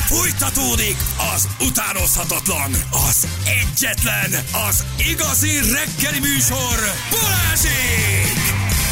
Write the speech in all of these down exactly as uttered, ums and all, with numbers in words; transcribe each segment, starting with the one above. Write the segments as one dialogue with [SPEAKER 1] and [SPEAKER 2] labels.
[SPEAKER 1] Fújtatódik az utánozhatatlan, az egyetlen, az igazi reggeli műsor, Balázsék!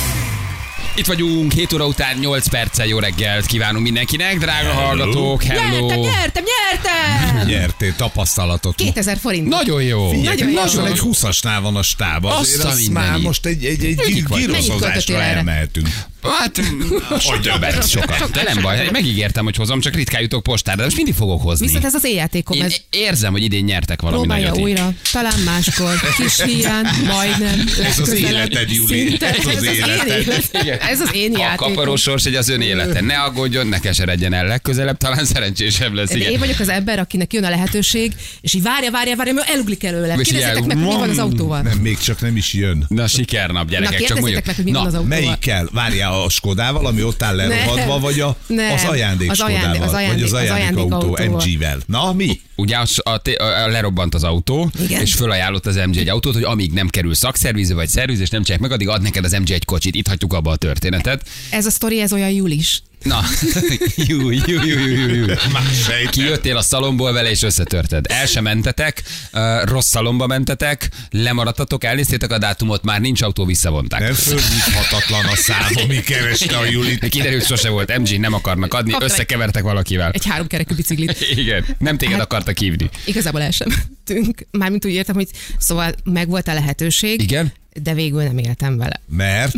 [SPEAKER 2] Itt vagyunk, hét óra után nyolc perccel jó reggelt kívánunk mindenkinek, drága hello. hallgatók, hello!
[SPEAKER 3] Nyertem, nyertem, nyertem!
[SPEAKER 4] Nyertél tapasztalatot.
[SPEAKER 3] kétezer forint.
[SPEAKER 2] Nagyon jó.
[SPEAKER 4] Figyelj,
[SPEAKER 3] Nagyon jó.
[SPEAKER 4] lassan egy húszasnál van a stáb. Azért
[SPEAKER 2] Azt a
[SPEAKER 4] azt már
[SPEAKER 2] mindenit.
[SPEAKER 4] most egy, egy, egy
[SPEAKER 3] Melyik
[SPEAKER 4] gírozozásra
[SPEAKER 3] költöttél erre?
[SPEAKER 4] elmehetünk.
[SPEAKER 2] Hát, hogy többet, sokat. De nem baj, megígértem, hogy hozom, csak ritkán jutok postára, de most mindig fogok hozni.
[SPEAKER 3] Viszont ez az éjjátékom,
[SPEAKER 2] Én
[SPEAKER 3] ez
[SPEAKER 2] érzem, hogy idén nyertek valami
[SPEAKER 3] próbálja
[SPEAKER 2] nagyot.
[SPEAKER 3] újra, talán máskor, kis híján, majdnem,
[SPEAKER 4] Ez az
[SPEAKER 3] legközelebb.
[SPEAKER 4] életed, Júli.
[SPEAKER 3] Szinte,
[SPEAKER 4] Ez az
[SPEAKER 3] ez az én
[SPEAKER 4] életed.
[SPEAKER 3] élet. Ez az én
[SPEAKER 2] A
[SPEAKER 3] játékom.
[SPEAKER 2] kaparó sors egy az ön élete. Ne aggódjon, ne keseredjen el legközelebb, talán szerencsésebb lesz.
[SPEAKER 3] De én
[SPEAKER 2] Igen.
[SPEAKER 3] vagyok az ember, akinek jön a lehetőség, és így várja, várja, várja, mert eluglik előle.
[SPEAKER 2] És így
[SPEAKER 3] Kérdezzétek
[SPEAKER 2] el-
[SPEAKER 3] meg, hogy mi van az autóval.
[SPEAKER 4] Nem, még csak nem is jön.
[SPEAKER 2] Na, sikernap,
[SPEAKER 3] Na,
[SPEAKER 2] gyerekek, csak
[SPEAKER 3] kérdezzétek
[SPEAKER 2] mondjuk.
[SPEAKER 3] meg, hogy mi van az
[SPEAKER 2] Na,
[SPEAKER 3] autóval.
[SPEAKER 4] Melyikkel? Várjál, a Skodával, ami ott áll lerohadva,
[SPEAKER 3] Nem.
[SPEAKER 4] vagy a,
[SPEAKER 3] Nem.
[SPEAKER 4] az ajándék
[SPEAKER 3] Az ajándék-
[SPEAKER 4] Skodával?
[SPEAKER 3] az
[SPEAKER 4] Vagy
[SPEAKER 3] ajándék-
[SPEAKER 4] az
[SPEAKER 3] az
[SPEAKER 4] ajándékautó
[SPEAKER 3] ajándékautóval.
[SPEAKER 4] em gé-vel. Na, mi?
[SPEAKER 2] ugye a, a, a, a, lerobbant az autó,
[SPEAKER 3] Igen.
[SPEAKER 2] és fölajánlott az em gé egy autót, hogy amíg nem kerül szakszerviző vagy szerviz, és nem csinálják meg, addig ad neked az em gé egy kocsit. Itt hagyjuk abba a történetet.
[SPEAKER 3] Ez a sztori, ez olyan Julis.
[SPEAKER 2] Na, jú, jú, jú, jú, jú, jú.
[SPEAKER 4] Más sejtem.
[SPEAKER 2] Kijöttél a szalomból vele, és összetörted. El sem mentetek, uh, rossz szalomba mentetek, lemaradtatok, elnéztétek a dátumot, már nincs autó, visszavonták.
[SPEAKER 4] Nem fölhívhatatlan a szám, ami kereste a Julit.
[SPEAKER 2] Kiderült, sose volt em gé, nem akarnak adni,
[SPEAKER 3] Kaptak.
[SPEAKER 2] összekevertek valakivel.
[SPEAKER 3] Egy háromkerekű biciklit.
[SPEAKER 2] Igen, nem téged
[SPEAKER 3] Hát-
[SPEAKER 2] akartak hívni.
[SPEAKER 3] Igazából el sem mentünk. Mármint úgy értem, hogy szóval megvolt a lehetőség,
[SPEAKER 2] Igen?
[SPEAKER 3] de végül nem éltem vele.
[SPEAKER 4] Mert?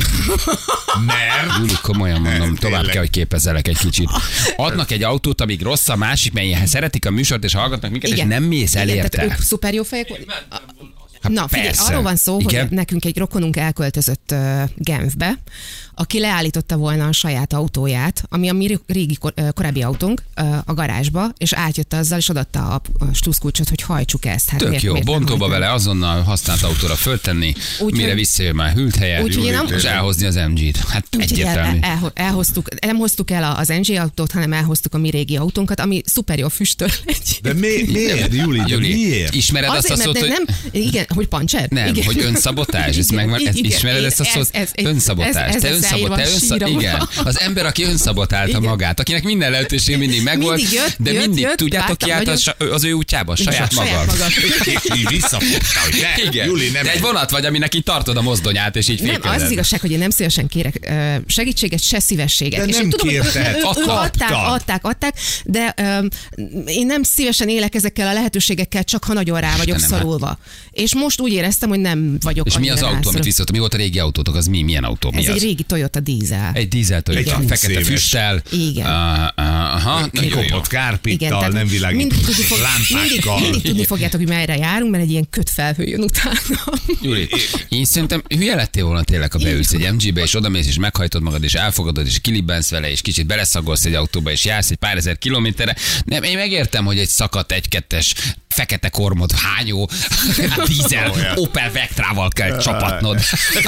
[SPEAKER 4] Mert?
[SPEAKER 2] Júli, komolyan mondom,
[SPEAKER 4] Nem,
[SPEAKER 2] tovább
[SPEAKER 4] tényleg.
[SPEAKER 2] kell, hogy képezzelek egy kicsit. Adnak egy autót, amíg rossz a másik, melyen szeretik a műsort, és hallgatnak minket, és nem mész el
[SPEAKER 3] Igen,
[SPEAKER 2] érte.
[SPEAKER 3] tehát ők szuper jó fejek voltak. Na, figyelj,
[SPEAKER 2] persze.
[SPEAKER 3] arról van szó,
[SPEAKER 2] Igen?
[SPEAKER 3] hogy nekünk egy rokonunk elköltözött uh, Genfbe, aki leállította volna a saját autóját, ami a mi régi kor, uh, korábbi autónk uh, a garázsba, és átjött azzal, és adatta a, a sluszkulcsot, hogy hajtsuk ezt. Hát
[SPEAKER 2] Tök
[SPEAKER 3] miért,
[SPEAKER 2] jó,
[SPEAKER 3] miért nem
[SPEAKER 2] bontóba
[SPEAKER 3] hajtjuk?
[SPEAKER 2] vele azonnal használt autóra föltenni,
[SPEAKER 3] Úgy,
[SPEAKER 2] mire
[SPEAKER 3] hogy-
[SPEAKER 2] visszajön már hűlt helye,
[SPEAKER 3] Úgy, hogy én nem-
[SPEAKER 2] és elhozni az em gét. Hát
[SPEAKER 3] Úgyhogy el,
[SPEAKER 2] egyértelmű.
[SPEAKER 3] el, el, elhoztuk, nem hoztuk el az em gé autót, hanem elhoztuk a mi régi autónkat, ami szuper jó füstöl egy.
[SPEAKER 4] De mi, miért, Juli? De
[SPEAKER 2] Júli,
[SPEAKER 4] miért?
[SPEAKER 2] ismered azt a
[SPEAKER 3] Azért,
[SPEAKER 2] szót,
[SPEAKER 3] mert
[SPEAKER 2] hogy...
[SPEAKER 3] nem, igen, hogy pancser?
[SPEAKER 2] Nem,
[SPEAKER 3] igen.
[SPEAKER 2] hogy önszabotázs, ez
[SPEAKER 3] Igen,
[SPEAKER 2] meg, ez,
[SPEAKER 3] igen,
[SPEAKER 2] ismered ezt a
[SPEAKER 3] ez-
[SPEAKER 2] szót?
[SPEAKER 3] ez- ez-
[SPEAKER 2] Önszabotázs.
[SPEAKER 3] ez-
[SPEAKER 2] Te
[SPEAKER 3] ez
[SPEAKER 2] önszabot, te
[SPEAKER 3] összeírva a
[SPEAKER 2] önszab...
[SPEAKER 3] síromba.
[SPEAKER 2] Igen, az ember, aki önszabotálta
[SPEAKER 3] Igen.
[SPEAKER 2] magát, akinek minden lehetőség mindig megvolt,
[SPEAKER 3] Mindig jött,
[SPEAKER 2] de
[SPEAKER 3] jött,
[SPEAKER 2] mindig,
[SPEAKER 3] jött,
[SPEAKER 2] tudjátok,
[SPEAKER 3] vártam,
[SPEAKER 2] ki állt
[SPEAKER 3] nagyon-
[SPEAKER 2] az, az ő útjába, saját maga.
[SPEAKER 3] Saját maga.
[SPEAKER 4] És így visszafogta, hogy ne,
[SPEAKER 2] Igen,
[SPEAKER 4] Juli, nem.
[SPEAKER 2] de egy vonat vagy, aminek így tartod a mozdonyát, és így
[SPEAKER 3] Nem,
[SPEAKER 2] fékezed.
[SPEAKER 3] az az igazság, hogy én nem szívesen kérek ö, segítséget, se szívességet.
[SPEAKER 4] De
[SPEAKER 3] És
[SPEAKER 4] nem
[SPEAKER 3] én tudom, hogy
[SPEAKER 4] kérted,
[SPEAKER 3] ő- ő- ő
[SPEAKER 4] kaptad.
[SPEAKER 3] adták, adták, adták, de ö, én nem szívesen élek ezekkel a lehetőségekkel, csak ha nagyon rá vagyok
[SPEAKER 2] Istenem,
[SPEAKER 3] szorulva. És most úgy éreztem, hogy nem vagyok
[SPEAKER 2] És mi az
[SPEAKER 3] annyira
[SPEAKER 2] autó, amit
[SPEAKER 3] rászorulva.
[SPEAKER 2] visszaadta? Mi volt a régi autótok? Az mi? Milyen autó? Mi
[SPEAKER 3] Ez
[SPEAKER 2] az?
[SPEAKER 3] egy régi Toyota dízel.
[SPEAKER 2] Egy dízel Toyota,
[SPEAKER 4] Igen.
[SPEAKER 2] fekete
[SPEAKER 4] húsz éves.
[SPEAKER 2] füsttel.
[SPEAKER 3] Igen.
[SPEAKER 2] Uh, uh, aha, nagyon jó.
[SPEAKER 4] Kikopott kárpittal,
[SPEAKER 3] tehát
[SPEAKER 4] nem világít
[SPEAKER 3] mindig, tudni fog, mindig,
[SPEAKER 4] lámpákkal.
[SPEAKER 3] mindig tudni fogjátok, hogy merre járunk, mert egy ilyen kötfelhő jön utána.
[SPEAKER 2] Júli, én szerintem hülye lettél volna tényleg, ha beülsz egy em gé-be, és odamész, és meghajtod magad, és elfogadod, és kilibbensz vele, és kicsit beleszagolsz egy autóba, és jársz egy pár ezer kilométerre. Nem, én megértem, hogy egy szakadt egy-kettes fekete kormod hányó dízel Opel Vectrával kell csapatnod.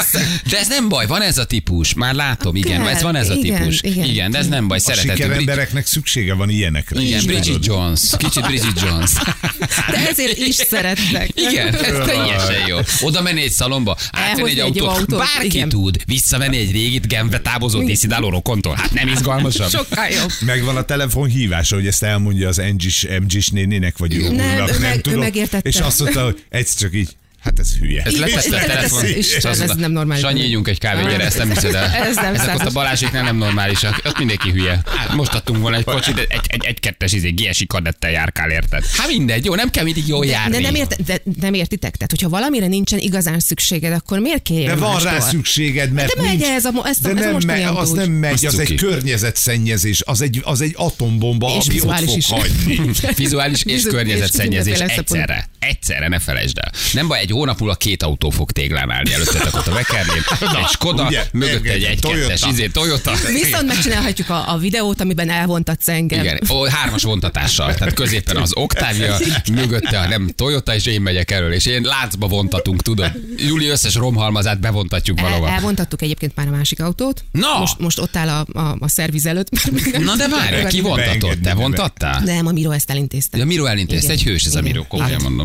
[SPEAKER 2] De ez nem baj, van ez a típus. Már látom, igen,
[SPEAKER 3] Kell,
[SPEAKER 2] ez van ez a
[SPEAKER 3] igen,
[SPEAKER 2] típus.
[SPEAKER 3] igen.
[SPEAKER 2] Igen, de ez nem baj,
[SPEAKER 4] A
[SPEAKER 2] szeretető.
[SPEAKER 4] siker
[SPEAKER 2] Brid-
[SPEAKER 4] embereknek szüksége van ilyenekre.
[SPEAKER 2] Igen,
[SPEAKER 4] Így
[SPEAKER 2] Bridget
[SPEAKER 4] tudod.
[SPEAKER 2] Jones. Kicsit Bridget Jones.
[SPEAKER 3] De ezért is szerettek.
[SPEAKER 2] Igen, ez teljesen jó. Oda menni egy szalomba, átvenni egy
[SPEAKER 3] Elhozni egy jó
[SPEAKER 2] autót,
[SPEAKER 3] autót,
[SPEAKER 2] bárki
[SPEAKER 3] igen.
[SPEAKER 2] tud, visszamenni egy régit Genfbe távozó diszidáló rokontól. Hát nem izgalmasabb?
[SPEAKER 3] Sokkal jobb.
[SPEAKER 4] Megvan a telefonhívása, hogy ezt elmondja az em gés, em gés nénének, vagy ő
[SPEAKER 3] Nem,
[SPEAKER 4] úrnak,
[SPEAKER 3] ő
[SPEAKER 4] nem
[SPEAKER 3] meg- ő
[SPEAKER 4] tudom.
[SPEAKER 3] megértette.
[SPEAKER 4] És azt mondta, hogy egyszer csak így, hát ez hülye.
[SPEAKER 2] Ez letette a
[SPEAKER 3] Ez-
[SPEAKER 2] telefon.
[SPEAKER 3] ez-
[SPEAKER 2] és azt
[SPEAKER 3] ez
[SPEAKER 2] mondta,
[SPEAKER 3] nem normális.
[SPEAKER 2] Sanyi, ígyunk egy kávét, gyere, ezt nem hiszed el.
[SPEAKER 3] Ez nem
[SPEAKER 2] Ezek ott a
[SPEAKER 3] százas.
[SPEAKER 2] Balázséknál nem normálisak. Ott mindenki hülye. Most adtunk volna egy kocsit, egy, egy, egy kettes izé, gé es i kadettel járkál, érted? Hát mindegy, jó, nem kell mindig jól
[SPEAKER 3] De,
[SPEAKER 2] járni.
[SPEAKER 3] de, nem ért, de nem értitek? Tehát, hogyha valamire nincsen igazán szükséged, akkor miért kérjél
[SPEAKER 4] De van
[SPEAKER 3] mástól?
[SPEAKER 4] rá szükséged, mert
[SPEAKER 3] De megy
[SPEAKER 4] nincs.
[SPEAKER 3] ez a mo- ezt a-
[SPEAKER 4] de
[SPEAKER 3] ez a
[SPEAKER 4] nem
[SPEAKER 3] mostani
[SPEAKER 4] me- az
[SPEAKER 3] autó
[SPEAKER 4] nem
[SPEAKER 3] úgy.
[SPEAKER 4] megy,
[SPEAKER 2] Az
[SPEAKER 4] az egy
[SPEAKER 2] cuki.
[SPEAKER 4] környezetszennyezés, az egy, az egy atombomba,
[SPEAKER 3] És
[SPEAKER 4] ami ott
[SPEAKER 3] vizuális
[SPEAKER 4] fog
[SPEAKER 3] is.
[SPEAKER 4] hagyni.
[SPEAKER 2] Vizuális és
[SPEAKER 3] Vizu-
[SPEAKER 2] környezetszennyezés
[SPEAKER 3] és mindenféle
[SPEAKER 2] egyszerre. Egyszerre, ne felejtsd el. Nem baj, egy hónap múlva két autó fog téglán állni előttetek ott a Vekernén. Egy Skoda,
[SPEAKER 4] ugye,
[SPEAKER 2] mögötte egy
[SPEAKER 4] igen,
[SPEAKER 2] egy-kettes
[SPEAKER 4] Toyota.
[SPEAKER 2] izé, Toyota.
[SPEAKER 3] Viszont megcsinálhatjuk a, a videót, amiben elvontatsz engem.
[SPEAKER 2] Igen, ó, hármas vontatással. Tehát középen az Octavia, mögötte a nem Toyota, és én megyek elől. És én láncba vontatunk, tudod. Júli összes romhalmazát bevontatjuk
[SPEAKER 3] El,
[SPEAKER 2] valahol.
[SPEAKER 3] elvontattuk egyébként már a másik autót.
[SPEAKER 2] Na!
[SPEAKER 3] Most, most ott áll a, a, a szerviz előtt.
[SPEAKER 2] Na de várj, ki vontatott? Te
[SPEAKER 4] Beengedni,
[SPEAKER 2] vontattál?
[SPEAKER 3] Nem, a Miro ezt elintézte.
[SPEAKER 2] Ja, Miro elintézte,
[SPEAKER 3] Igen.
[SPEAKER 2] egy hős ez a
[SPEAKER 3] Igen.
[SPEAKER 2] Miro, komolyan
[SPEAKER 3] Igen.
[SPEAKER 2] mondom.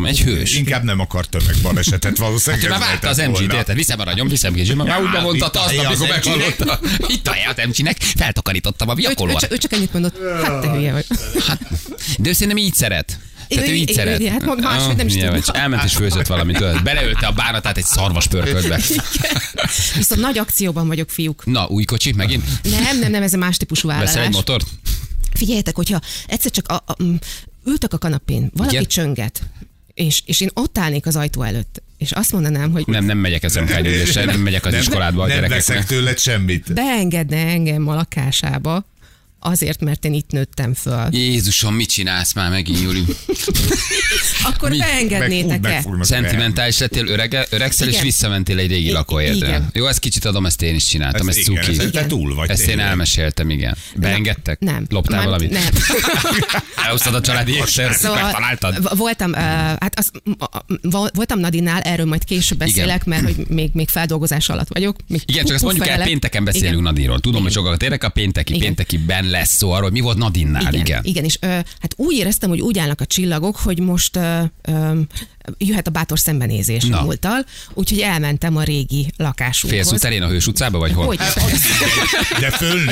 [SPEAKER 2] egy hős.
[SPEAKER 4] Inkább nem akar tömegbalesetet valószínűleg.
[SPEAKER 2] Hát már várta az em gét, érted? Viszem a ragyom, viszem ki, már úgy bevontatta azt, amikor meghallotta. Itt a helye az em gének, feltakarítottam a viakolót.
[SPEAKER 3] Ő, ő csak ennyit mondott, hát te hülye vagy.
[SPEAKER 2] Hát, de ő szerintem így szeret. Tehát ő így
[SPEAKER 3] igen,
[SPEAKER 2] szeret.
[SPEAKER 3] Igen, hát maga máshogy nem is
[SPEAKER 2] Ja,
[SPEAKER 3] tudna.
[SPEAKER 2] elment és főzött valamit. Beleölte a bánatát egy szarvas pörköltbe.
[SPEAKER 3] Viszont nagy akcióban vagyok, fiúk.
[SPEAKER 2] Na, új kocsi megint?
[SPEAKER 3] Nem, nem, nem, ez a más típusú vállalás.
[SPEAKER 2] Veszel egy motort?
[SPEAKER 3] Figyeljetek, hogyha egyszer csak a, a, ültök a kanapén, valaki
[SPEAKER 2] Igen?
[SPEAKER 3] csönget, és, és én ott állnék az ajtó előtt, és azt mondanám, hogy
[SPEAKER 2] Nem, nem megyek ezen kárgyűlésre, nem megyek az
[SPEAKER 4] Nem-
[SPEAKER 2] iskoládba a
[SPEAKER 4] Nem veszek
[SPEAKER 2] gyerekeknek.
[SPEAKER 4] tőled semmit.
[SPEAKER 3] beengedne engem a lakásába, azért, mert én itt nőttem föl.
[SPEAKER 2] Jézusom, mit csinálsz már megint, Juli?
[SPEAKER 3] Akkor
[SPEAKER 2] Mi?
[SPEAKER 3] beengednétek-e?
[SPEAKER 2] Szentimentális lettél, örege, öregszel és
[SPEAKER 3] Igen.
[SPEAKER 2] visszamentél egy régi
[SPEAKER 3] I-
[SPEAKER 2] lakóhelyedre.
[SPEAKER 3] igen.
[SPEAKER 2] Jó, ezt kicsit adom, ezt én is csináltam, ez
[SPEAKER 4] Ez igen,
[SPEAKER 2] cuki.
[SPEAKER 4] ez- te túl vagy.
[SPEAKER 2] Ezt én
[SPEAKER 4] tényleg.
[SPEAKER 2] elmeséltem, igen. Beengedtek?
[SPEAKER 3] Nem.
[SPEAKER 2] Loptál
[SPEAKER 3] Már-
[SPEAKER 2] valamit?
[SPEAKER 3] Nem.
[SPEAKER 2] Elhoztad a családi ékszert,
[SPEAKER 3] Szóval
[SPEAKER 2] megtaláltad?
[SPEAKER 3] v- voltam, uh, hát az, vo- voltam Nadinnál, erről majd később beszélek, mert hogy még, még feldolgozás alatt vagyok. Még
[SPEAKER 2] Igen, csak azt mondjuk el,
[SPEAKER 3] pufferelek.
[SPEAKER 2] pénteken beszélünk
[SPEAKER 3] Igen.
[SPEAKER 2] Nadinról. Tudom, hogy sokat érek, a pénteki,
[SPEAKER 3] Igen.
[SPEAKER 2] péntekiben lesz szó arról, hogy mi volt Nadinnál, igen.
[SPEAKER 3] Igen, igen, és ö, hát úgy éreztem, hogy úgy állnak a csillagok, hogy most ö, ö, jöhet a bátor szembenézés
[SPEAKER 2] Na.
[SPEAKER 3] a múlttal, úgyhogy elmentem a régi lakásunkhoz.
[SPEAKER 2] Félsz utcán, a Hős utcába, vagy hol?
[SPEAKER 3] Hogy?
[SPEAKER 4] De fölnő.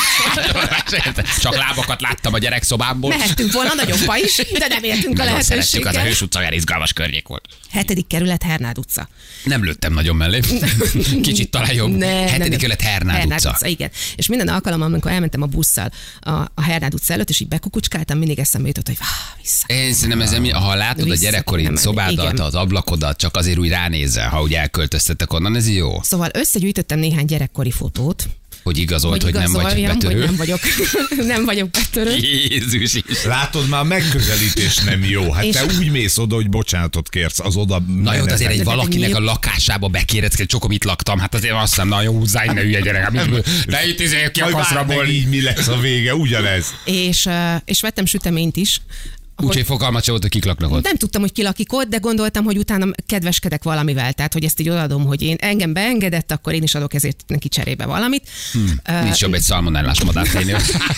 [SPEAKER 2] Csak lábakat láttam a gyerekszobámból.
[SPEAKER 3] Mehettünk volna nagyobba is, de nem értünk a
[SPEAKER 2] Nagyon szerettük, az a
[SPEAKER 3] lehetőséggel.
[SPEAKER 2] Hős utca olyan izgalmas környék volt.
[SPEAKER 3] Hetedik kerület, Hernád utca.
[SPEAKER 2] Nem lőttem nagyon mellé. Kicsit talán jobb.
[SPEAKER 3] Ne,
[SPEAKER 2] Hetedik
[SPEAKER 3] nem, nem.
[SPEAKER 2] kerület Hernád utca.
[SPEAKER 3] utca. Igen. És minden alkalommal, amikor elmentem a busszal a, a Hernád utca előtt, és így bekukucskáltam, mindig eszembe jutott, hogy vá, vissza.
[SPEAKER 2] Én szerintem ez, emi- ha látod a
[SPEAKER 3] Vissza
[SPEAKER 2] gyerekkori
[SPEAKER 3] kéne menni.
[SPEAKER 2] szobádat,
[SPEAKER 3] Igen.
[SPEAKER 2] az ablakodat, csak azért úgy ránézel, ha úgy elköltöztetek onnan, ez jó.
[SPEAKER 3] Szóval összegyűjtöttem néhány gyerekkori fotót,
[SPEAKER 2] Hogy igazolt, hogy, nem vagy
[SPEAKER 3] igazoljam,
[SPEAKER 2] betörő.
[SPEAKER 3] hogy nem vagyok, nem vagyok betörő.
[SPEAKER 2] Jézus is.
[SPEAKER 4] Látod, már a megközelítés nem jó. Hát
[SPEAKER 3] És-
[SPEAKER 4] te úgy mész oda, hogy bocsánatot kérsz az oda.
[SPEAKER 2] Na jó, de azért egy
[SPEAKER 3] De- de
[SPEAKER 2] valakinek
[SPEAKER 3] mi-
[SPEAKER 2] a lakásába bekéredsz, hogy csokom itt laktam, hát azért azt hiszem, na jó, húzzá innen, hülye gyerek, hát mit- de itt izé ki
[SPEAKER 4] Majd
[SPEAKER 2] akarsz
[SPEAKER 4] várd meg,
[SPEAKER 2] rabolni.
[SPEAKER 4] így mi lesz a vége, ugyanez.
[SPEAKER 3] És, ö, és vettem süteményt is.
[SPEAKER 2] Úgyhogy
[SPEAKER 3] hogy
[SPEAKER 2] fogalmat sem volt, hogy kik laknak ott.
[SPEAKER 3] nem tudtam, hogy ki lakik ott, de gondoltam, hogy utána kedveskedek valamivel. Tehát, hogy ezt így odaadom, hogy én engem beengedett, akkor én is adok ezért neki cserébe valamit. Hmm.
[SPEAKER 2] Nincs jobb egy szalmonellás madárfejnél.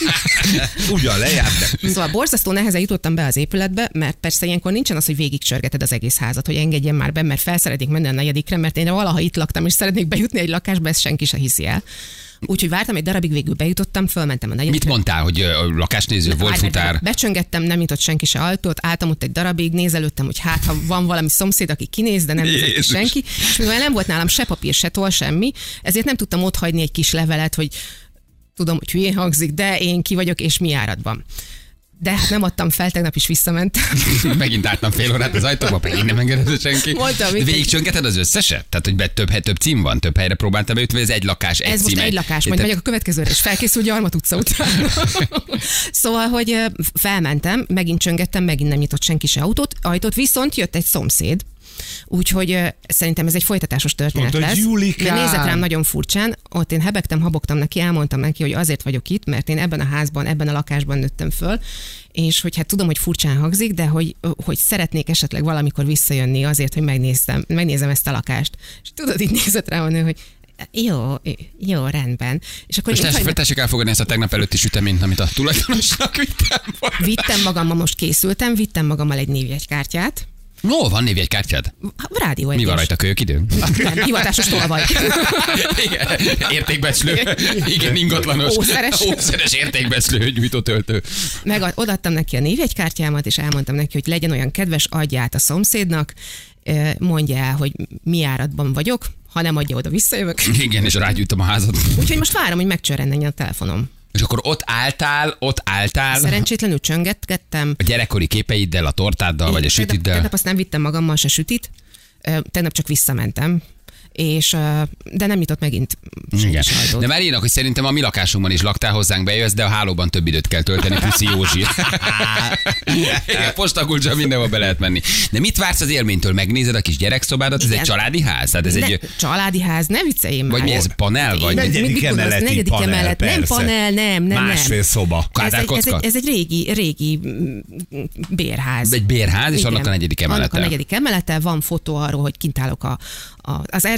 [SPEAKER 4] Ugyan lejárt, de
[SPEAKER 3] Szóval borzasztó nehezen jutottam be az épületbe, mert persze ilyenkor nincsen az, hogy végigcsörgeted az egész házat, hogy engedjen már be, mert fel szeretnék menni a negyedikre, mert én valaha itt laktam, és szeretnék bejutni egy lakásba, ezt senki se hiszi el. Úgyhogy vártam egy darabig, végül bejutottam, fölmentem a negyedikre.
[SPEAKER 2] Mit mondtál, hogy ö, lakásnéző volt,
[SPEAKER 3] Várj, várj,
[SPEAKER 2] futár?
[SPEAKER 3] várj. Becsöngettem, nem nyitott senki se ajtót, álltam ott egy darabig, nézelődtem, hogy hát, ha van valami szomszéd, aki kinéz, de nem nézett ki
[SPEAKER 2] Jézus.
[SPEAKER 3] senki. És mivel nem volt nálam se papír, se toll, semmi, ezért nem tudtam ott hagyni egy kis levelet, hogy tudom, hogy hülyén hangzik, de én ki vagyok, és mi áradban. De hát nem adtam fel, tegnap is visszamentem.
[SPEAKER 2] Megint álltam fél órát az ajtóba, megint nem engedett senki.
[SPEAKER 3] Mondtam, mit-
[SPEAKER 2] Végigcsöngeted az összeset? Tehát, hogy be több, hely- több cím van, több helyre próbáltál bejutni, vagy ez egy lakás, egy
[SPEAKER 3] Ez most
[SPEAKER 2] cím,
[SPEAKER 3] egy lakás, majd
[SPEAKER 2] Tehát-
[SPEAKER 3] megyek a következőre, és felkészül Gyarmat utca után. Szóval, hogy ö, felmentem, megint csöngettem, megint nem nyitott senki se autót, ajtót, viszont jött egy szomszéd, úgyhogy ö, szerintem ez egy folytatásos történet
[SPEAKER 4] Mondta, hogy
[SPEAKER 3] lesz.
[SPEAKER 4] Julikám.
[SPEAKER 3] Mert nézett rám nagyon furcsán, ott én hebegtem, habogtam neki, elmondtam neki, hogy azért vagyok itt, mert én ebben a házban, ebben a lakásban nőttem föl, és hogy hát tudom, hogy furcsán hangzik, de hogy, hogy szeretnék esetleg valamikor visszajönni azért, hogy megnéztem, megnézem ezt a lakást. És tudod, így nézett rám a nő, hogy jó, jó, rendben. És akkor
[SPEAKER 2] Most
[SPEAKER 3] én
[SPEAKER 2] tessék,
[SPEAKER 3] úgy
[SPEAKER 2] tessék elfogadni ezt a tegnap előtti süteményt, amit a tulajdonosnak vittem volna.
[SPEAKER 3] vittem magammal, most készültem, vittem magammal egy névjegykártyát.
[SPEAKER 2] Ó, van névjegykártyád?
[SPEAKER 3] Rádió
[SPEAKER 2] Mi
[SPEAKER 3] egy
[SPEAKER 2] van
[SPEAKER 3] is.
[SPEAKER 2] rajta, kölyökidő?
[SPEAKER 3] Nem, hivatásos tolvaj.
[SPEAKER 2] Igen, értékbecslő. Igen, ingatlanos.
[SPEAKER 3] Ószeres.
[SPEAKER 2] Ószeres értékbecslő, gyújtótöltő.
[SPEAKER 3] Meg a- odaadtam neki a névjegykártyámat, és elmondtam neki, hogy legyen olyan kedves, adja át a szomszédnak, ö, mondja el, hogy mi áradban vagyok, ha nem adja oda, visszajövök.
[SPEAKER 2] Igen, és rágyújtom a házat.
[SPEAKER 3] Úgyhogy most várom, hogy megcsörrenjen a telefonom.
[SPEAKER 2] És akkor ott álltál, ott álltál
[SPEAKER 3] Szerencsétlenül csöngetgettem.
[SPEAKER 2] a gyerekkori képeiddel, a tortáddal, vagy a
[SPEAKER 3] Tegnap,
[SPEAKER 2] sütiddel.
[SPEAKER 3] tegnap azt nem vittem magammal se sütit, ö, tegnap csak visszamentem, és, ö, de nem nyitott megint senki
[SPEAKER 2] Igen.
[SPEAKER 3] se ajtót.
[SPEAKER 2] De már írnak, hogy szerintem a mi lakásunkban is laktál, hozzánk bejössz, de a hálóban több időt kell tölteni, Puszi Józsi. Igen, postakulcsa mindenhol be lehet menni. De mit vársz az élménytől? Megnézed a kis gyerekszobádat? Ez
[SPEAKER 3] Igen.
[SPEAKER 2] egy családi ház? Tehát ez
[SPEAKER 3] Ne,
[SPEAKER 2] egy...
[SPEAKER 3] családi ház, ne vicceljél már.
[SPEAKER 2] Vagy mi ez, panel? Vagy...
[SPEAKER 3] Mit-
[SPEAKER 4] Negyedik
[SPEAKER 3] mit gondolsz?
[SPEAKER 4] emeleti
[SPEAKER 3] Negyedik
[SPEAKER 4] panel,
[SPEAKER 3] emelet, nem
[SPEAKER 4] persze.
[SPEAKER 3] panel, nem, nem,
[SPEAKER 4] másfél
[SPEAKER 3] nem.
[SPEAKER 4] szoba.
[SPEAKER 3] Ez egy, ez,
[SPEAKER 2] Kádárkocka?
[SPEAKER 3] egy, ez egy régi, régi mm, bérház.
[SPEAKER 2] Egy bérház, és
[SPEAKER 3] Igen.
[SPEAKER 2] annak a negyedik emelete.
[SPEAKER 3] Annak a negyedik emelete, van fotó arról, hogy kint állok a, a, az erkély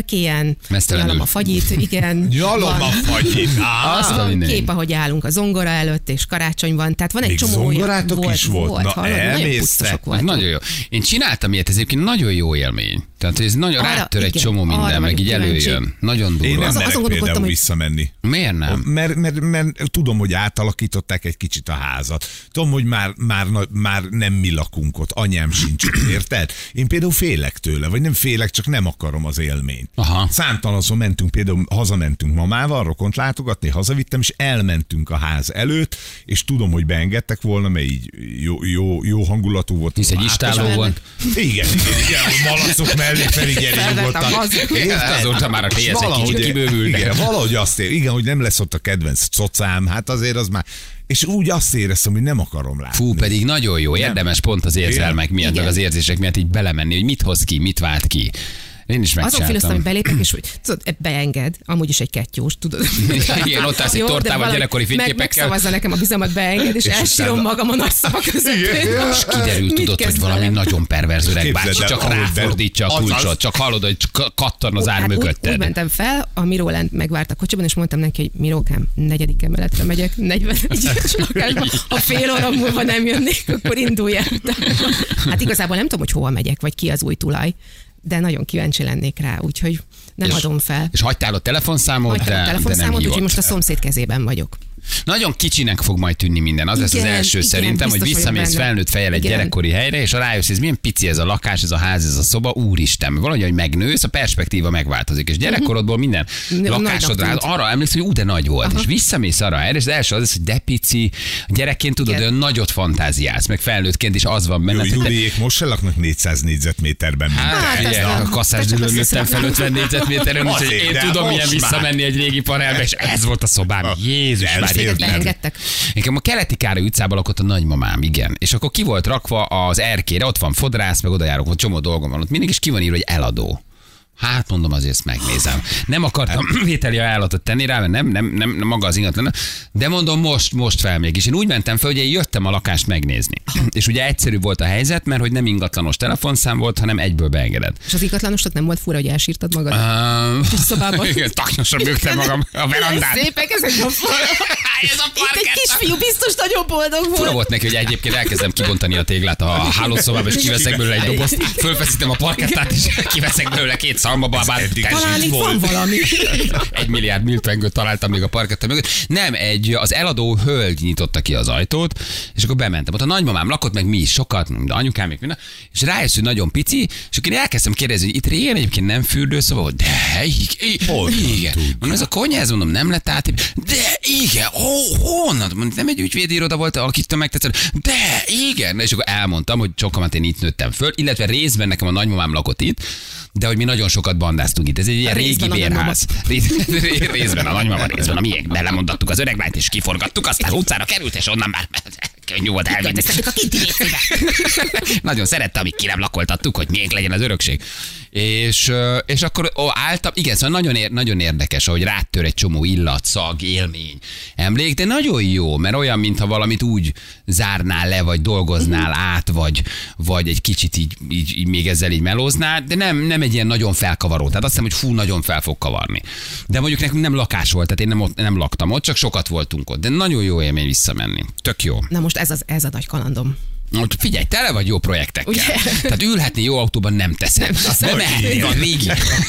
[SPEAKER 3] erkélyen,
[SPEAKER 2] Mesztelenül.
[SPEAKER 3] nyalom a fagyit, igen.
[SPEAKER 4] Nyalom
[SPEAKER 3] Van-
[SPEAKER 4] a fagyit. Á,
[SPEAKER 2] Azt a
[SPEAKER 3] van
[SPEAKER 2] mindenit.
[SPEAKER 3] kép, ahogy állunk a zongora előtt, és karácsony van, tehát van egy
[SPEAKER 4] Még
[SPEAKER 3] csomó
[SPEAKER 4] zongorátok
[SPEAKER 3] olyan-
[SPEAKER 4] is volt?
[SPEAKER 3] volt,
[SPEAKER 4] Na,
[SPEAKER 3] hallod, nagyon
[SPEAKER 4] elmész
[SPEAKER 3] pusztosok
[SPEAKER 4] te?
[SPEAKER 2] Ez
[SPEAKER 3] voltunk.
[SPEAKER 2] nagyon jó. Én csináltam ilyet, ez egyébként nagyon jó élmény. Tehát ez nagyon
[SPEAKER 3] Arra-
[SPEAKER 2] rátör egy
[SPEAKER 3] igen,
[SPEAKER 2] csomó minden,
[SPEAKER 3] arra
[SPEAKER 2] meg
[SPEAKER 3] vagyok
[SPEAKER 2] így
[SPEAKER 3] kíváncsi.
[SPEAKER 2] előjön. Nagyon
[SPEAKER 4] Én
[SPEAKER 2] durva.
[SPEAKER 4] nem
[SPEAKER 3] Azon-
[SPEAKER 4] merek
[SPEAKER 3] azon gondolkodtam,
[SPEAKER 4] például
[SPEAKER 3] hogy-
[SPEAKER 4] visszamenni.
[SPEAKER 2] Miért nem?
[SPEAKER 4] Mert, mert, mert tudom, hogy átalakították egy kicsit a házat. Tudom, hogy már, már, na- már nem mi lakunk ott, anyám sincs ott, érted? Én például félek tőle, vagy nem félek, csak nem akarom az élményt.
[SPEAKER 2] Aha.
[SPEAKER 4] Számtalanszor mentünk, például hazamentünk mamával, rokont látogatni, hazavittem, és elmentünk a ház előtt, és tudom, hogy beengedtek volna, mert így jó, jó, jó hangulatú volt.
[SPEAKER 2] Hisz egy
[SPEAKER 4] Látos-
[SPEAKER 2] istáló volt.
[SPEAKER 4] Igen, igen, igen, a malacok mellé felügyelni
[SPEAKER 3] Felvett a
[SPEAKER 4] nyugodtan.
[SPEAKER 3] gaz.
[SPEAKER 4] Érted?
[SPEAKER 2] Azóta már a
[SPEAKER 4] És
[SPEAKER 2] téhez egy
[SPEAKER 4] valahogy-
[SPEAKER 2] kicsit kibővültek.
[SPEAKER 4] Igen, valahogy azt ér, igen, hogy nem lesz ott a kedvenc cocám, hát azért az már, és úgy azt éreztem, hogy nem akarom látni.
[SPEAKER 2] Fú, pedig nagyon jó, érdemes pont az érzelmek miatt,
[SPEAKER 3] Igen.
[SPEAKER 2] meg az érzések miatt így belemenni, hogy mit hoz ki, mit vált ki. Én is
[SPEAKER 3] Azon félöztem,
[SPEAKER 2] megcsináltam.
[SPEAKER 3] hogy belépek, és hogy tudod, beenged, amúgy is egy kettyós, tudod.
[SPEAKER 2] Igen, ott állsz egy
[SPEAKER 3] Jó, de
[SPEAKER 2] tortával,
[SPEAKER 3] valahogy
[SPEAKER 2] gyerekkori
[SPEAKER 3] meg-
[SPEAKER 2] fényképekkel.
[SPEAKER 3] Megszavazza nekem a bizalmat, beenged, és,
[SPEAKER 4] És
[SPEAKER 3] elsírom
[SPEAKER 4] utána-
[SPEAKER 3] magam a nagy szavak között.
[SPEAKER 2] És kiderül,
[SPEAKER 3] Mit
[SPEAKER 2] tudod, hogy
[SPEAKER 3] kezd
[SPEAKER 2] valami
[SPEAKER 3] velem?
[SPEAKER 2] nagyon perverz öreg
[SPEAKER 4] Képzeld
[SPEAKER 2] bácsi,
[SPEAKER 4] el,
[SPEAKER 2] csak
[SPEAKER 4] ahogy
[SPEAKER 2] ráfordítja a
[SPEAKER 4] be-
[SPEAKER 2] kulcsot,
[SPEAKER 4] azaz.
[SPEAKER 2] csak hallod, hogy csak kattan az ár
[SPEAKER 3] Hát úgy, úgy
[SPEAKER 2] mögötted.
[SPEAKER 3] mentem fel, a Miró lent megvárt a kocsiban, és mondtam neki, hogy Mirókám, negyedik emeletre megyek, negyvenegyes lakásba. Ha fél óra múlva nem jönnék, akkor indulj el. Hát igazából nem tudom, hogy hova megyek, vagy ki az új tulaj, de nagyon kíváncsi lennék rá, úgyhogy nem
[SPEAKER 2] És-
[SPEAKER 3] adom fel.
[SPEAKER 2] És hagytál a telefonszámot,
[SPEAKER 3] Hagytam
[SPEAKER 2] de,
[SPEAKER 3] a
[SPEAKER 2] de nem
[SPEAKER 3] telefonszámot, úgyhogy
[SPEAKER 2] hívott.
[SPEAKER 3] most a szomszéd kezében vagyok.
[SPEAKER 2] Nagyon kicsinek fog majd tűnni minden. Az lesz az
[SPEAKER 3] Igen,
[SPEAKER 2] első
[SPEAKER 3] igen,
[SPEAKER 2] szerintem, hogy
[SPEAKER 3] biztos vagyok
[SPEAKER 2] visszamész
[SPEAKER 3] benne.
[SPEAKER 2] felnőtt fejjel egy
[SPEAKER 3] Igen.
[SPEAKER 2] gyerekkori helyre, és ha rájössz, hogy ez milyen pici ez a lakás, ez a ház, ez a szoba, úristen, valahogy, hogy megnősz, a perspektíva megváltozik. És gyerekkorodból minden
[SPEAKER 3] N-
[SPEAKER 2] lakásodra,
[SPEAKER 3] nagynak tűnt.
[SPEAKER 2] arra emlékszem, hogy ú, de nagy volt.
[SPEAKER 3] Aha.
[SPEAKER 2] És visszamész arra a helyre, és az első az, lesz, hogy de pici, gyerekként tudod,
[SPEAKER 3] Igen.
[SPEAKER 2] olyan nagyot fantáziálsz, meg felnőttként is az van
[SPEAKER 4] Jó,
[SPEAKER 2] benne. hogy te-
[SPEAKER 4] Juliék most se laknak négyszáz négyzetméterben. mint
[SPEAKER 2] Hát,
[SPEAKER 3] Hát,
[SPEAKER 2] ugye,
[SPEAKER 3] azt
[SPEAKER 2] a
[SPEAKER 3] nem.
[SPEAKER 2] kasszásdőlön
[SPEAKER 3] Csak azt
[SPEAKER 2] nőttem fel
[SPEAKER 3] hiszem.
[SPEAKER 2] ötven négyzetméteren, úgyhogy
[SPEAKER 4] Azért,
[SPEAKER 2] én
[SPEAKER 4] de
[SPEAKER 2] tudom, milyen
[SPEAKER 4] most már.
[SPEAKER 2] visszamenni egy régi panelbe, és ez volt a szobám. Jézus
[SPEAKER 4] De
[SPEAKER 2] már.
[SPEAKER 4] elfér-
[SPEAKER 3] Beengedtek.
[SPEAKER 2] Nekem a Keleti Károly utcában lakott a nagymamám, igen. És akkor ki volt rakva az erkére, ott van fodrász, meg oda járok, ott csomó dolgom van ott. Mindig is ki van írva, hogy eladó. Hát mondom, azért ezt megnézem. Nem akartam vételi ajánlatot tenni rá, mert nem, nem, nem, nem maga az ingatlan. De mondom, most, most felmegyek. És én úgy mentem fel, hogy én jöttem a lakást megnézni. És ugye egyszerű volt a helyzet, mert hogy nem ingatlanos telefonszám volt, hanem egyből beengedett.
[SPEAKER 3] És az ingatlanosnak nem volt fura, hogy elsírtad magad?
[SPEAKER 2] Uh,
[SPEAKER 3] Kis szobában.
[SPEAKER 2] igen, taknyosan bőgtem magam a verandán.
[SPEAKER 3] Szépek ezek a
[SPEAKER 2] Ez a
[SPEAKER 3] Itt egy kisfiú biztos nagyon boldog
[SPEAKER 2] Fura
[SPEAKER 3] volt.
[SPEAKER 2] volt neki, hogy egyébként elkezdem kibontani a téglát a hálószobába, és kiveszek belőle egy dobozt, fölfeszítem a parkettát, és kiveszek belőle két szalmababát.
[SPEAKER 4] eddig
[SPEAKER 2] Tessék,
[SPEAKER 3] Talán itt van valami.
[SPEAKER 2] egy milliárd miltpengőt találtam még a parketta mögött. Nem, egy, az eladó hölgy nyitotta ki az ajtót, és akkor bementem. Ott a nagymamám lakott, meg mi is sokat, de anyukám még minden, és rájössz, hogy nagyon pici, és akkor én elkezdtem kérdezni, hogy itt régen egyébként nem fürdőszoba volt, de igen,
[SPEAKER 4] Honnan
[SPEAKER 2] igen. Mondom, ez a konyház, mondom, nem lett át, de igen, ó, honnan? Mondom, nem egy ügyvédiroda volt, akit megtetszett, de igen. És akkor elmondtam, hogy sokamat én itt nőttem föl, illetve részben nekem a nagymamám lakott itt, de hogy mi nagyon sokat bandáztunk itt. Ez egy ilyen régi
[SPEAKER 3] Részben a
[SPEAKER 2] bérház. Rész- Részben a nagymama, részben a miénk. Belemondattuk az öreglányt, és kiforgattuk, aztán utcára került, és onnan már könnyű volt elvinni.
[SPEAKER 3] Költöztettük a kinti részébe.
[SPEAKER 2] Nagyon szerette, amíg ki nem lakoltattuk, hogy miénk legyen az örökség. És, ö, és akkor ó, álltam, igen, szóval nagyon, ér, nagyon érdekes, ahogy rátör egy csomó illat, szag, élmény, emlék, de nagyon jó, mert olyan, mintha valamit úgy zárnál le, vagy dolgoznál át, vagy, vagy egy kicsit így, így, így még ezzel így melóznál, de nem, nem egy ilyen nagyon felkavaró. Tehát azt hiszem, hogy fú, nagyon fel fog kavarni. De mondjuk nekünk nem lakás volt, tehát én nem, ott, nem laktam ott, csak sokat voltunk ott. De nagyon jó élmény visszamenni. Tök jó.
[SPEAKER 3] Na most ez, az, ez a nagy kalandom.
[SPEAKER 2] Most figyelj, tele vagy jó projektekkel.
[SPEAKER 3] Ugye?
[SPEAKER 2] Tehát ülhetni jó autóban nem teszem. Bemehetni a régi.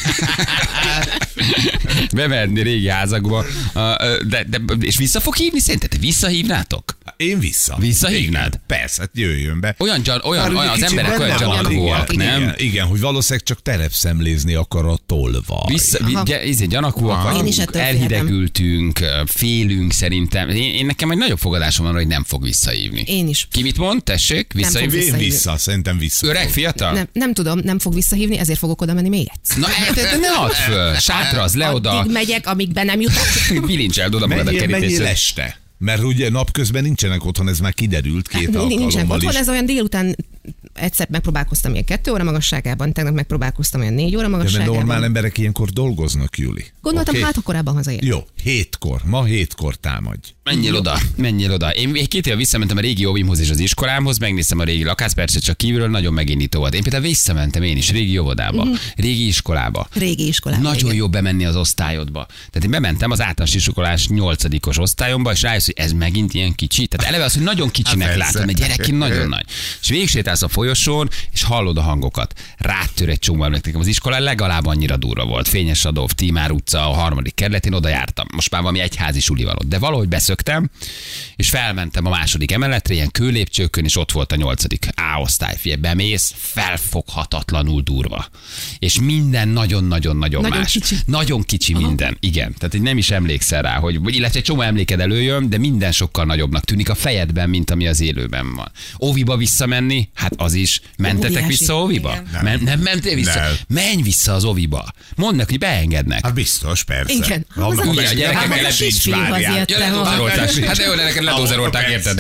[SPEAKER 2] Bemehetni régi házakba. De, de, és vissza fog hívni? Szerinted te visszahívnátok?
[SPEAKER 4] Én vissza.
[SPEAKER 2] Visszahívnád?
[SPEAKER 4] Igen, persze, hát jöjjön be.
[SPEAKER 2] Olyan, gyan, olyan,
[SPEAKER 4] Már
[SPEAKER 2] olyan az
[SPEAKER 4] kicsit
[SPEAKER 2] emberek
[SPEAKER 4] benne
[SPEAKER 2] olyan
[SPEAKER 4] van,
[SPEAKER 2] gyanakúak,
[SPEAKER 4] igen,
[SPEAKER 2] nem?
[SPEAKER 4] Igen, igen, hogy valószínűleg csak telepszemlézni akar a tolvaj.
[SPEAKER 2] Vissza, vi, gy- izé, gyanakúak
[SPEAKER 3] Én
[SPEAKER 2] vagyunk,
[SPEAKER 3] is ettől
[SPEAKER 2] elhidegültünk, félünk szerintem. Én, én nekem egy nagyobb fogadásom van, hogy nem fog visszahívni.
[SPEAKER 3] Én is.
[SPEAKER 2] Ki mit mond? Tessék, visszahívni?
[SPEAKER 3] fog
[SPEAKER 4] Én
[SPEAKER 3] visszahívni.
[SPEAKER 4] vissza, szerintem vissza.
[SPEAKER 2] Öreg, fiatal?
[SPEAKER 3] Nem, nem tudom, nem fog visszahívni, ezért fogok oda menni még egyszer.
[SPEAKER 2] Na, de, de ne add föl. Sátraz, le oda.
[SPEAKER 3] Addig megyek, amíg be nem jutok.
[SPEAKER 2] Bilincseld oda magad a
[SPEAKER 4] Menjél, menjél
[SPEAKER 2] kerítésre.
[SPEAKER 4] este. Mert ugye napközben nincsenek otthon, ez már kiderült két
[SPEAKER 3] Nincsenek
[SPEAKER 4] alkalommal
[SPEAKER 3] otthon,
[SPEAKER 4] is.
[SPEAKER 3] ez olyan délután egyszer megpróbálkoztam ilyen kettő óra magasságában, tegnap megpróbálkoztam ilyen négy óra
[SPEAKER 4] De mert
[SPEAKER 3] magasságában.
[SPEAKER 4] normál emberek ilyenkor dolgoznak, Juli.
[SPEAKER 3] Gondoltam,
[SPEAKER 4] Oké?
[SPEAKER 3] hát akkor korábban hazaér.
[SPEAKER 4] Jó, hétkor. Ma hétkor támadj.
[SPEAKER 2] Menjél oda, menjél oda. Én két éve visszamentem a régi óvimhoz és az iskolámhoz, megnéztem a régi lakást, persze csak kívülről nagyon megindító volt. Én például visszamentem én is régi óvodába, uh-huh. régi iskolába.
[SPEAKER 3] Régi iskolában.
[SPEAKER 2] Nagyon jó bemenni az osztályodba. Tehát én bementem az általános iskolás nyolcadikos osztályomba, és rájössz, hogy ez megint ilyen kicsi. Tehát eleve az, hogy nagyon kicsinek
[SPEAKER 4] Hát
[SPEAKER 2] látom, mert gyerek nagyon nagy. És végigsétálsz a folyosón, és hallod a hangokat. Rátör egy csomó emlék. Nekem az iskola legalább annyira durva volt. Fényes Adolf, Tímár utca, a harmadik kerület, én oda jártam. Most már valami egyházi suli van ott. De valahogy beszöktem, és felmentem a második emeletre, ilyen kőlépcsőkön, és ott volt a nyolcadik A osztály. Figyelj, bemész, felfoghatatlanul durva. És minden nagyon-nagyon-nagyon
[SPEAKER 3] Nagyon
[SPEAKER 2] más.
[SPEAKER 3] kicsi.
[SPEAKER 2] Nagyon kicsi minden, igen. Tehát így nem is emlékszel rá, hogy, vagy illetve egy csomó emléked előjön, de minden sokkal nagyobbnak tűnik a fejedben, mint ami az élőben van. Óviba visszamenni, hát az is. Mentetek
[SPEAKER 3] Óriási.
[SPEAKER 2] vissza óviba?
[SPEAKER 4] Nem.
[SPEAKER 2] Nem, nem mentél vissza?
[SPEAKER 4] Nem.
[SPEAKER 2] Menj vissza az óviba. Mondd neki, hogy beengednek.
[SPEAKER 4] Hát biztos, persze.
[SPEAKER 3] Igen.
[SPEAKER 4] Vannak,
[SPEAKER 3] Az
[SPEAKER 2] ugye,
[SPEAKER 3] a
[SPEAKER 2] a gyerekek
[SPEAKER 3] hát,
[SPEAKER 2] mellett
[SPEAKER 3] a
[SPEAKER 2] nincs
[SPEAKER 3] kisfiúhoz
[SPEAKER 4] várjál.
[SPEAKER 3] jöttem,
[SPEAKER 2] Ja,
[SPEAKER 3] ha-
[SPEAKER 2] ledózeroltás. Hát de jó, de neked ledózerolták, érted?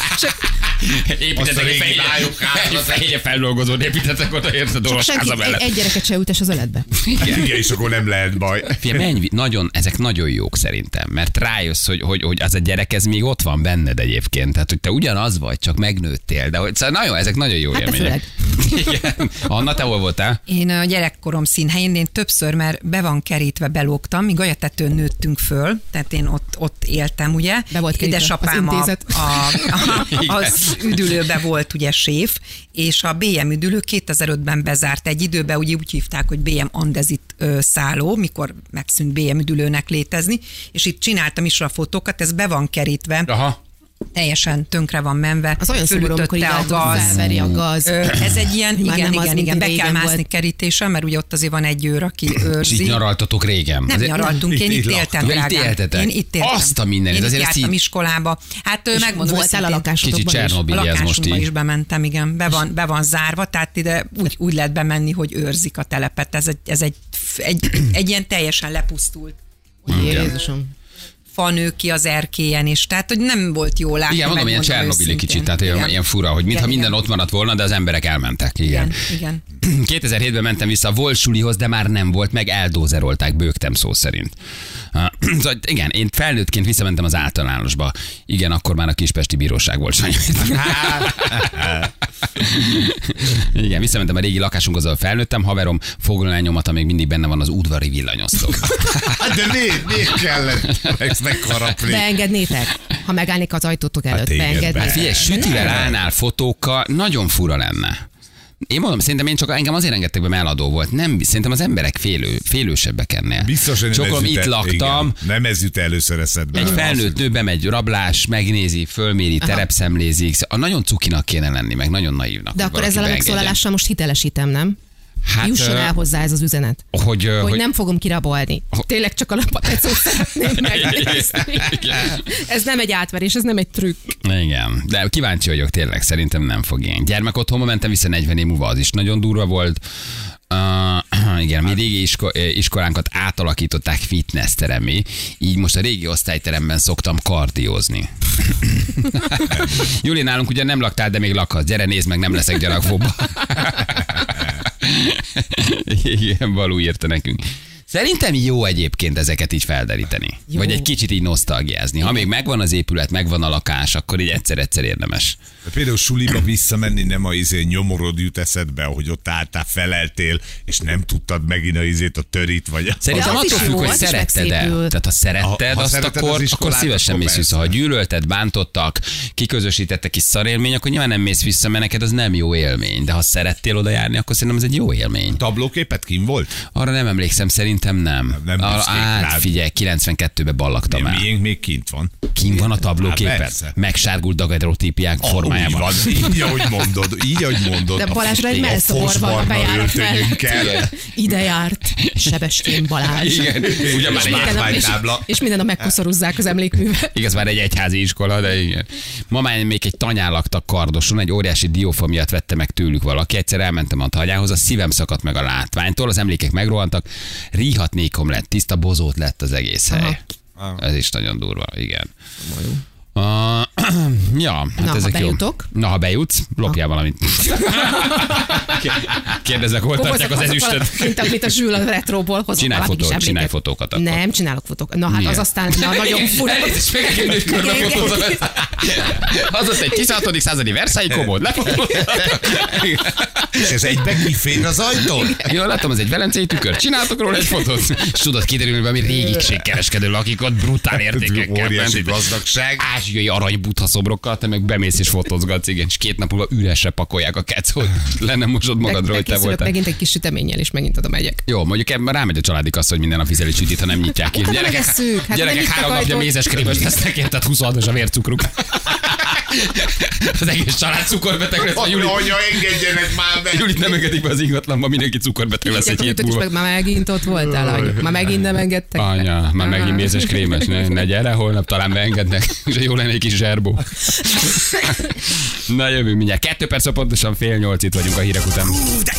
[SPEAKER 2] Építettek egy
[SPEAKER 4] régi
[SPEAKER 2] fehér,
[SPEAKER 4] lájukházat.
[SPEAKER 2] egy fehér feldolgozót építettek oda, érted,
[SPEAKER 3] Csak
[SPEAKER 2] orvos
[SPEAKER 3] senki,
[SPEAKER 2] háza
[SPEAKER 3] egy,
[SPEAKER 2] mellett.
[SPEAKER 3] egy gyereket se ültes az öletbe.
[SPEAKER 4] Igen, és akkor nem lehet baj.
[SPEAKER 2] Figyelj, menj, vi- nagyon, ezek nagyon jók szerintem, mert rájössz, hogy, hogy, hogy az a gyerek, ez még ott van benned egyébként, tehát hogy te ugyanaz vagy, csak megnőttél, de hogy szóval nagyon, ezek nagyon jó
[SPEAKER 3] Hát te
[SPEAKER 2] élmények. Igen. Anna, te hol voltál?
[SPEAKER 5] Én a gyerekkorom színhelyén én többször, mert be van kerítve, belógtam, mi Galyatetőn nőttünk föl, tehát én ott, ott éltem, ugye.
[SPEAKER 3] Be volt kerítve
[SPEAKER 5] Édesapám
[SPEAKER 3] az
[SPEAKER 5] a,
[SPEAKER 3] intézet.
[SPEAKER 5] a, a, az üdülőbe volt ugye séf, és a bé em üdülő kétezer-ötben bezárt egy időben, ugye úgy hívták, hogy bé em Andezit ö, szálló, mikor megszűnt bé em üdülőnek létezni, és itt csináltam is a fotókat, ez be van kerítve.
[SPEAKER 2] Aha.
[SPEAKER 5] Teljesen tönkre van menve.
[SPEAKER 3] Az olyan szomorú, amikor így
[SPEAKER 5] fölütötte
[SPEAKER 3] látod, felveri a gaz.
[SPEAKER 5] Ö, Ez egy ilyen,
[SPEAKER 3] Már
[SPEAKER 5] igen,
[SPEAKER 3] nem az,
[SPEAKER 5] igen,
[SPEAKER 3] mint
[SPEAKER 5] igen, be
[SPEAKER 3] régen
[SPEAKER 5] kell mászni
[SPEAKER 3] volt.
[SPEAKER 5] kerítésen, mert ugye ott azért van egy őr, aki
[SPEAKER 2] És így
[SPEAKER 5] őrzi.
[SPEAKER 2] nyaraltatok régen.
[SPEAKER 5] Nem
[SPEAKER 2] Azért-
[SPEAKER 5] nyaraltunk, én
[SPEAKER 4] Itt-
[SPEAKER 5] itt
[SPEAKER 4] itt
[SPEAKER 5] éltem,
[SPEAKER 2] laktam. Ja, itt
[SPEAKER 5] drágám.
[SPEAKER 2] éltetek?
[SPEAKER 5] Én itt éltem.
[SPEAKER 2] Azt a mindenit,
[SPEAKER 5] Én itt
[SPEAKER 2] azért ezt
[SPEAKER 5] jártam
[SPEAKER 2] így-
[SPEAKER 5] iskolába. Hát ö,
[SPEAKER 3] És
[SPEAKER 5] megmondom
[SPEAKER 3] voltál a
[SPEAKER 5] őszintén,
[SPEAKER 3] lakásodban
[SPEAKER 2] Kicsit
[SPEAKER 3] is?
[SPEAKER 5] a
[SPEAKER 2] Csernobil ez most
[SPEAKER 5] lakásunkba is
[SPEAKER 2] így.
[SPEAKER 5] bementem, igen. Be van, be van zárva, tehát ide úgy, úgy lehet bemenni, hogy őrzik a telepet. Ez egy, ez egy, egy, egy ilyen teljesen lepusztult
[SPEAKER 3] Jézusom.
[SPEAKER 5] fa nő ki az erkélyen, és tehát, hogy nem volt jó látni.
[SPEAKER 2] Igen, mondom, ilyen
[SPEAKER 5] megmondom
[SPEAKER 2] Csernobili
[SPEAKER 5] őszintén.
[SPEAKER 2] kicsit, tehát olyan,
[SPEAKER 5] Igen.
[SPEAKER 2] ilyen fura, hogy mintha
[SPEAKER 5] Igen,
[SPEAKER 2] minden
[SPEAKER 5] igen.
[SPEAKER 2] ott maradt volna, de az emberek elmentek. Igen.
[SPEAKER 5] Igen, igen.
[SPEAKER 2] kétezer-hétben mentem vissza a volt sulihoz, de már nem volt, meg eldózerolták, bőgtem szó szerint. Ah, Szóval igen, én felnőttként visszamentem az általánosba. Igen, akkor már a Kispesti Bíróság volt sajnos. Igen, visszamentem a régi lakásunkhoz, ahol felnőttem, haverom foglalányomat, még mindig benne van az udvari villanyoszló.
[SPEAKER 4] Hát de miért, miért kellett ezt megharapni?
[SPEAKER 3] Beengednétek? Ha megállnék az ajtótok előtt,
[SPEAKER 4] téged
[SPEAKER 3] beengednétek.
[SPEAKER 4] be.
[SPEAKER 2] Hát figyelj, sütivel állnál fotókkal, nagyon fura lenne. Én mondom, szerintem én csak engem azért engedtek be, mert eladó volt. Nem, szerintem az emberek félő, félősebbek ennél.
[SPEAKER 4] Biztos, hogy nem
[SPEAKER 2] Csak
[SPEAKER 4] ez
[SPEAKER 2] amikor
[SPEAKER 4] jut
[SPEAKER 2] itt
[SPEAKER 4] el-
[SPEAKER 2] laktam,
[SPEAKER 4] igen, nem ez jut először eszedbe.
[SPEAKER 2] egy
[SPEAKER 4] Az,
[SPEAKER 2] felnőtt nő bemegy rablás, megnézi, fölméri, terepszemlézik. A nagyon cukinak kéne lenni, meg nagyon naívnak.
[SPEAKER 3] De
[SPEAKER 2] hogy
[SPEAKER 3] akkor
[SPEAKER 2] valaki
[SPEAKER 3] ezzel a
[SPEAKER 2] beengedjen.
[SPEAKER 3] megszólalással most hitelesítem, nem?
[SPEAKER 2] Hát,
[SPEAKER 3] Jusson
[SPEAKER 2] ö,
[SPEAKER 3] el hozzá ez az üzenet.
[SPEAKER 2] Hogy,
[SPEAKER 3] Hogy,
[SPEAKER 2] hogy
[SPEAKER 3] nem fogom kirabolni. Tényleg csak a lapatecót szeretném megnézni. Ez nem egy átverés, ez nem egy trükk.
[SPEAKER 2] Igen, de kíváncsi vagyok tényleg, szerintem nem fog ilyen. Gyermekotthonba mentem vissza negyven év múlva, az is nagyon durva volt. Uh, igen, mi régi isko- iskolánkat átalakították fitness teremé, így most a régi osztályteremben szoktam kardiózni. Juli, nálunk ugye nem laktál, de még lakhatsz. Gyere, nézd meg, nem leszek gyanakfóba. Igen, Balú írta nekünk. Szerintem jó egyébként ezeket így felderíteni.
[SPEAKER 3] Jó.
[SPEAKER 2] Vagy egy kicsit így nosztalgiázni. Ha még megvan az épület, megvan a lakás, akkor így egyszer-egyszer érdemes.
[SPEAKER 4] De például suliba visszamenni nem a izé nyomorod jut eszedbe, hogy ott álltál, feleltél, és nem tudtad megint a izét, a törit, vagy a...
[SPEAKER 2] Szerintem
[SPEAKER 3] De az
[SPEAKER 2] attól
[SPEAKER 3] is
[SPEAKER 2] függ,
[SPEAKER 3] jó,
[SPEAKER 2] hogy
[SPEAKER 3] az is
[SPEAKER 2] szeretted-e.
[SPEAKER 3] megszépül.
[SPEAKER 2] Tehát ha szeretted,
[SPEAKER 4] Ha- ha
[SPEAKER 2] azt
[SPEAKER 4] szereted az
[SPEAKER 2] akkor,
[SPEAKER 4] iskolát,
[SPEAKER 2] akkor szívesen
[SPEAKER 4] akkor
[SPEAKER 2] mész vissza. Ha
[SPEAKER 4] persze.
[SPEAKER 2] gyűlölted, bántottak, kiközösítettek kis szarélmény, akkor nyilván nem mész vissza, mert neked az nem jó élmény. De ha szerettél oda járni, akkor szerintem ez egy jó élmény.
[SPEAKER 4] Tablóképet kim volt?
[SPEAKER 2] Arra nem emlékszem, szerintem nem.
[SPEAKER 4] Nem
[SPEAKER 2] Arra,
[SPEAKER 4] büszkék
[SPEAKER 2] át,
[SPEAKER 4] rád.
[SPEAKER 2] figyelj, kilencvenkettőben ballagtam el.
[SPEAKER 4] Miénk még kint van.
[SPEAKER 2] Kim van a
[SPEAKER 4] Hát
[SPEAKER 2] tablóképet?
[SPEAKER 4] persze.
[SPEAKER 2] Megsárgult dagadrotípiák formájában.
[SPEAKER 4] Úgy van, így, ahogy mondod, így, ahogy mondod.
[SPEAKER 3] De Balázsra egy
[SPEAKER 2] Igen,
[SPEAKER 3] melszobor van a bejárat mellett.
[SPEAKER 4] öltönyünkkel.
[SPEAKER 3] Ide járt Sebestyén Balázs.
[SPEAKER 2] Igen, ugye már
[SPEAKER 3] És
[SPEAKER 2] egy,
[SPEAKER 3] minden, nap, és,
[SPEAKER 4] tábla.
[SPEAKER 3] és minden nap megkoszorúzzák az emlékművet.
[SPEAKER 2] igaz, már egy egyházi iskola, de igen. Ma már még egy tanyán laktak Kardoson, egy óriási diófa miatt vette meg tőlük valaki. Egyszer elmentem a tanyához, a szívem szakadt meg a látványtól, az emlékek megrohantak, ríhatnékom lett, tiszta bozót lett az egész hely.
[SPEAKER 3] Aha.
[SPEAKER 2] Ez is nagyon durva, igen. Uh, ja, hát
[SPEAKER 3] Na,
[SPEAKER 2] ezek
[SPEAKER 3] ha
[SPEAKER 2] jó.
[SPEAKER 3] bejutok?
[SPEAKER 2] Na, ha bejutsz, lopjál valamit. Kérdeznek, hol tartják az ezüstöt.
[SPEAKER 3] Mint a, mint a Zsül a retróból. hozok
[SPEAKER 2] Csinálj
[SPEAKER 3] valami kis
[SPEAKER 2] fotót, csinálj
[SPEAKER 3] emléket.
[SPEAKER 2] fotókat akkor.
[SPEAKER 3] Nem, csinálok fotókat. Na hát
[SPEAKER 2] Miért?
[SPEAKER 3] az aztán na, nagyon fura.
[SPEAKER 2] És meg kell nőtt körbe
[SPEAKER 3] Igen,
[SPEAKER 2] fotózom.
[SPEAKER 3] igen.
[SPEAKER 2] Az ott egy tizenhatodik századi Versailles komód. Lefotózom.
[SPEAKER 4] És ez egyben kifér az ajtón?
[SPEAKER 2] Jól látom, ez egy velencei tükör. Csináltok róla egy fotót. És tudod, kiderül, hogy valami régigségkereskedő lakik ott brutál értékekkel.
[SPEAKER 4] Óriási
[SPEAKER 2] Bent,
[SPEAKER 4] gazdagság.
[SPEAKER 2] ázsiai arany buddha szobrokkal, te meg bemész és fotózgatsz, igen, és két nap múlva üresre pakolják a kecót. Lenne mosod magadról, hogy te
[SPEAKER 3] Megkészülök
[SPEAKER 2] voltál.
[SPEAKER 3] megint egy kis süteménnyel, és megint oda megyek.
[SPEAKER 2] Jó, mondjuk ebben rámegy a családik az, hogy minden nap fizeli sütit, ha nem nyitják ki.
[SPEAKER 3] Hát, ha
[SPEAKER 2] Gyerekek,
[SPEAKER 3] megesszük, hát,
[SPEAKER 2] gyerekek
[SPEAKER 3] nem
[SPEAKER 2] három
[SPEAKER 3] nyitnak
[SPEAKER 2] napja
[SPEAKER 3] ajtót.
[SPEAKER 2] mézes krémes lesznek, érted, huszonhatos a vércukruk. Az egész család cukorbeteg lesz. A Juli,
[SPEAKER 4] Anya, engedjenek már be!
[SPEAKER 2] Julit nem engedik be az ingatlanba, mindenki cukorbeteg lesz egy hét
[SPEAKER 3] Gyakorlatilag is
[SPEAKER 2] múlva.
[SPEAKER 3] meg már megint ott voltál, anyu. Már megint nem engedtek.
[SPEAKER 2] Anya, már megint mézes krémes, ne, ne gyere, holnap talán beengednek, és jó lenne egy kis zserbó. Na jövünk mindjárt. Kettő perc, pontosan fél nyolc itt vagyunk a hírek után.
[SPEAKER 1] Hú, de